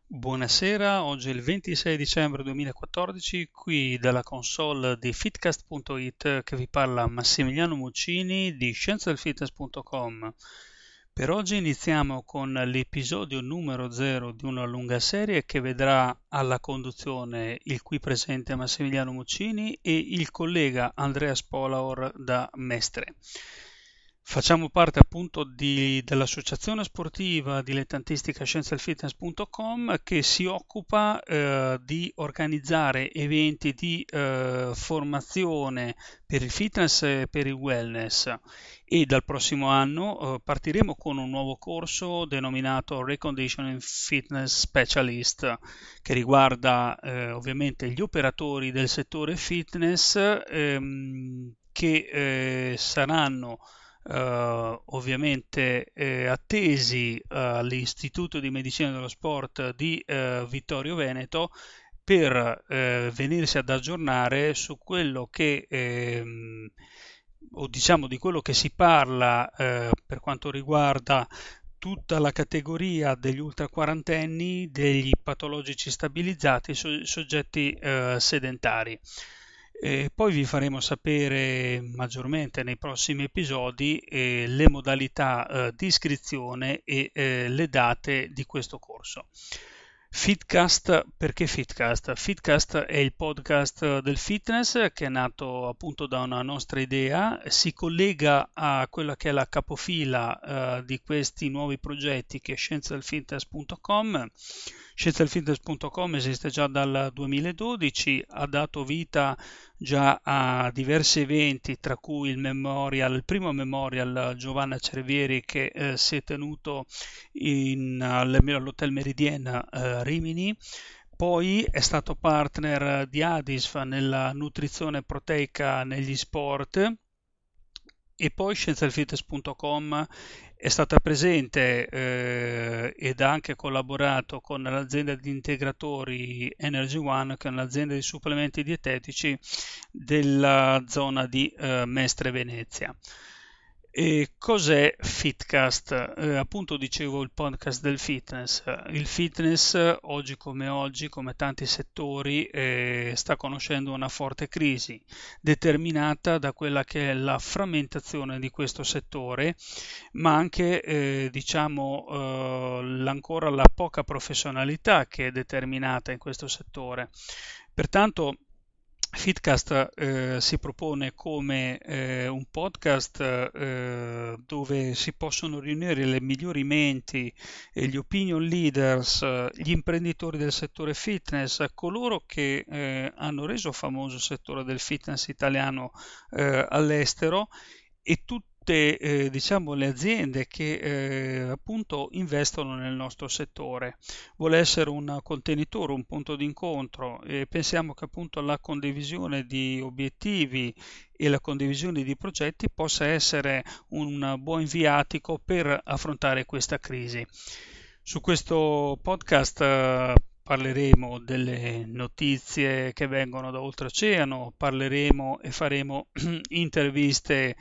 Buonasera, oggi è il 26 dicembre 2014, qui dalla console di Fitcast.it che vi parla Massimiliano Muccini di scienzadelfitness.com. Per oggi iniziamo con l'episodio numero 0 di una lunga serie che vedrà alla conduzione il qui presente Massimiliano Muccini e il collega Andrea Spolaor da Mestre. Facciamo parte appunto dell'associazione sportiva dilettantistica scienzadelfitness.com che si occupa di organizzare eventi di formazione per il fitness e per il wellness e dal prossimo anno partiremo con un nuovo corso denominato Reconditioning Fitness Specialist che riguarda ovviamente gli operatori del settore fitness che saranno ovviamente attesi all'Istituto di Medicina dello Sport di Vittorio Veneto per venirsi ad aggiornare su quello che o diciamo di quello che si parla per quanto riguarda tutta la categoria degli ultraquarantenni, degli patologici stabilizzati, soggetti sedentari. E poi vi faremo sapere maggiormente nei prossimi episodi le modalità di iscrizione e le date di questo corso. Fitcast, perché Fitcast? Fitcast è il podcast del fitness che è nato appunto da una nostra idea, si collega a quella che è la capofila di questi nuovi progetti che è scienzadelfitness.com. Scienzadelfitness.com esiste già dal 2012, ha dato vita già a diversi eventi, tra cui il primo memorial Giovanna Cervieri che si è tenuto all'Hotel Méridien Rimini. Poi è stato partner di Adisf nella nutrizione proteica negli sport e poi scienzadelfitness.com è stata presente ed ha anche collaborato con l'azienda di integratori Energy One, che è un'azienda di supplementi dietetici della zona di Mestre Venezia. E cos'è Fitcast? Appunto dicevo il podcast del fitness. Il fitness oggi come tanti settori, sta conoscendo una forte crisi determinata da quella che è la frammentazione di questo settore, ma anche diciamo ancora la poca professionalità che è determinata in questo settore. Pertanto Fitcast si propone come un podcast dove si possono riunire le migliori menti e gli opinion leaders, gli imprenditori del settore fitness, coloro che hanno reso famoso il settore del fitness italiano all'estero e tutte diciamo le aziende che appunto investono nel nostro settore. Vuole essere un contenitore, un punto d'incontro e pensiamo che appunto la condivisione di obiettivi e la condivisione di progetti possa essere un buon viatico per affrontare questa crisi. Su questo podcast parleremo delle notizie che vengono da oltreoceano, parleremo e faremo interviste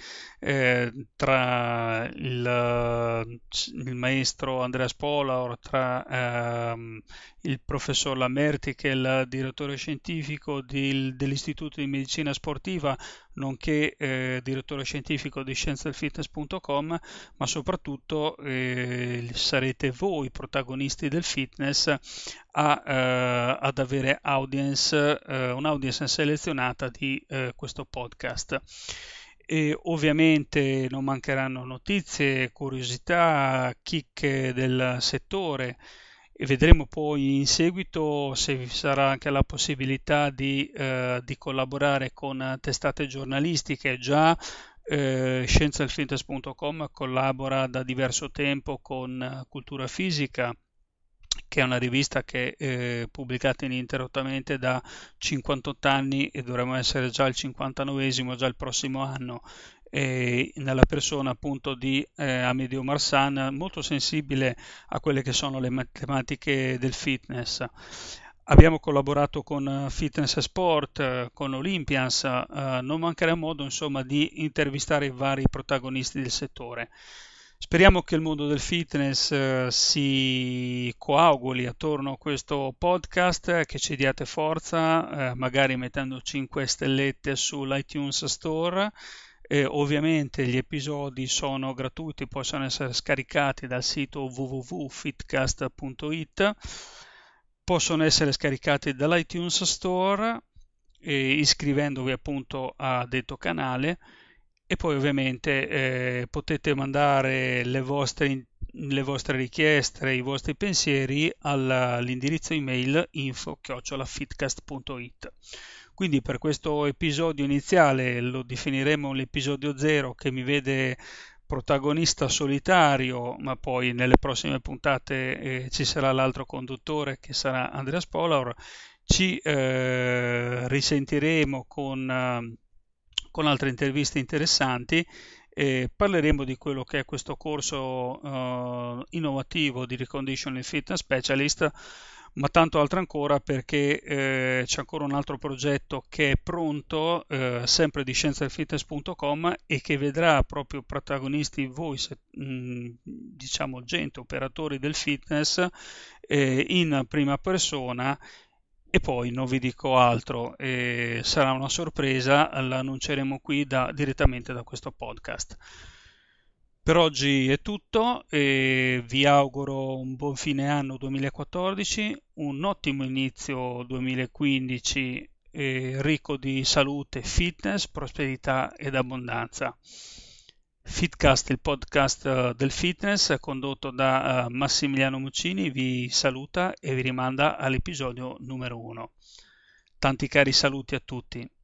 tra il maestro Andrea Spola, tra il professor Lamerti che è il direttore scientifico dell'Istituto di Medicina Sportiva, nonché direttore scientifico di scienzadelfitness.com, ma soprattutto sarete voi protagonisti del fitness ad avere un'audience selezionata di questo podcast. E ovviamente non mancheranno notizie, curiosità, chicche del settore e vedremo poi in seguito se vi sarà anche la possibilità di collaborare con testate giornalistiche. Già scienzadelfitness.com collabora da diverso tempo con Cultura Fisica, che è una rivista che è pubblicata ininterrottamente da 58 anni e dovremo essere già il 59esimo, già il prossimo anno, nella persona appunto di Amedeo Marsan, molto sensibile a quelle che sono le tematiche del fitness. Abbiamo collaborato con Fitness e Sport, con Olympians, non mancherà modo insomma di intervistare i vari protagonisti del settore. Speriamo che il mondo del fitness si coaguli attorno a questo podcast, che ci diate forza, magari mettendo 5 stellette sull'iTunes Store. Ovviamente gli episodi sono gratuiti, possono essere scaricati dal sito www.fitcast.it, possono essere scaricati dall'iTunes Store iscrivendovi appunto a detto canale, e poi ovviamente potete mandare le vostre richieste, i vostri pensieri all'indirizzo email info@fitcast.it. Quindi per questo episodio iniziale lo definiremo l'episodio 0, che mi vede protagonista solitario, ma poi nelle prossime puntate ci sarà l'altro conduttore che sarà Andrea Spolaur. Ci risentiremo con altre interviste interessanti e parleremo di quello che è questo corso innovativo di Reconditioning Fitness Specialist, ma tanto altro ancora, perché c'è ancora un altro progetto che è pronto, sempre di scienzadelfitness.com, e che vedrà proprio protagonisti voi, diciamo gente, operatori del fitness, in prima persona. E poi non vi dico altro, sarà una sorpresa, l'annunceremo qui direttamente da questo podcast. Per oggi è tutto e vi auguro un buon fine anno 2014, un ottimo inizio 2015 ricco di salute, fitness, prosperità ed abbondanza. Fitcast, il podcast del fitness, condotto da Massimiliano Muccini, vi saluta e vi rimanda all'episodio numero 1. Tanti cari saluti a tutti.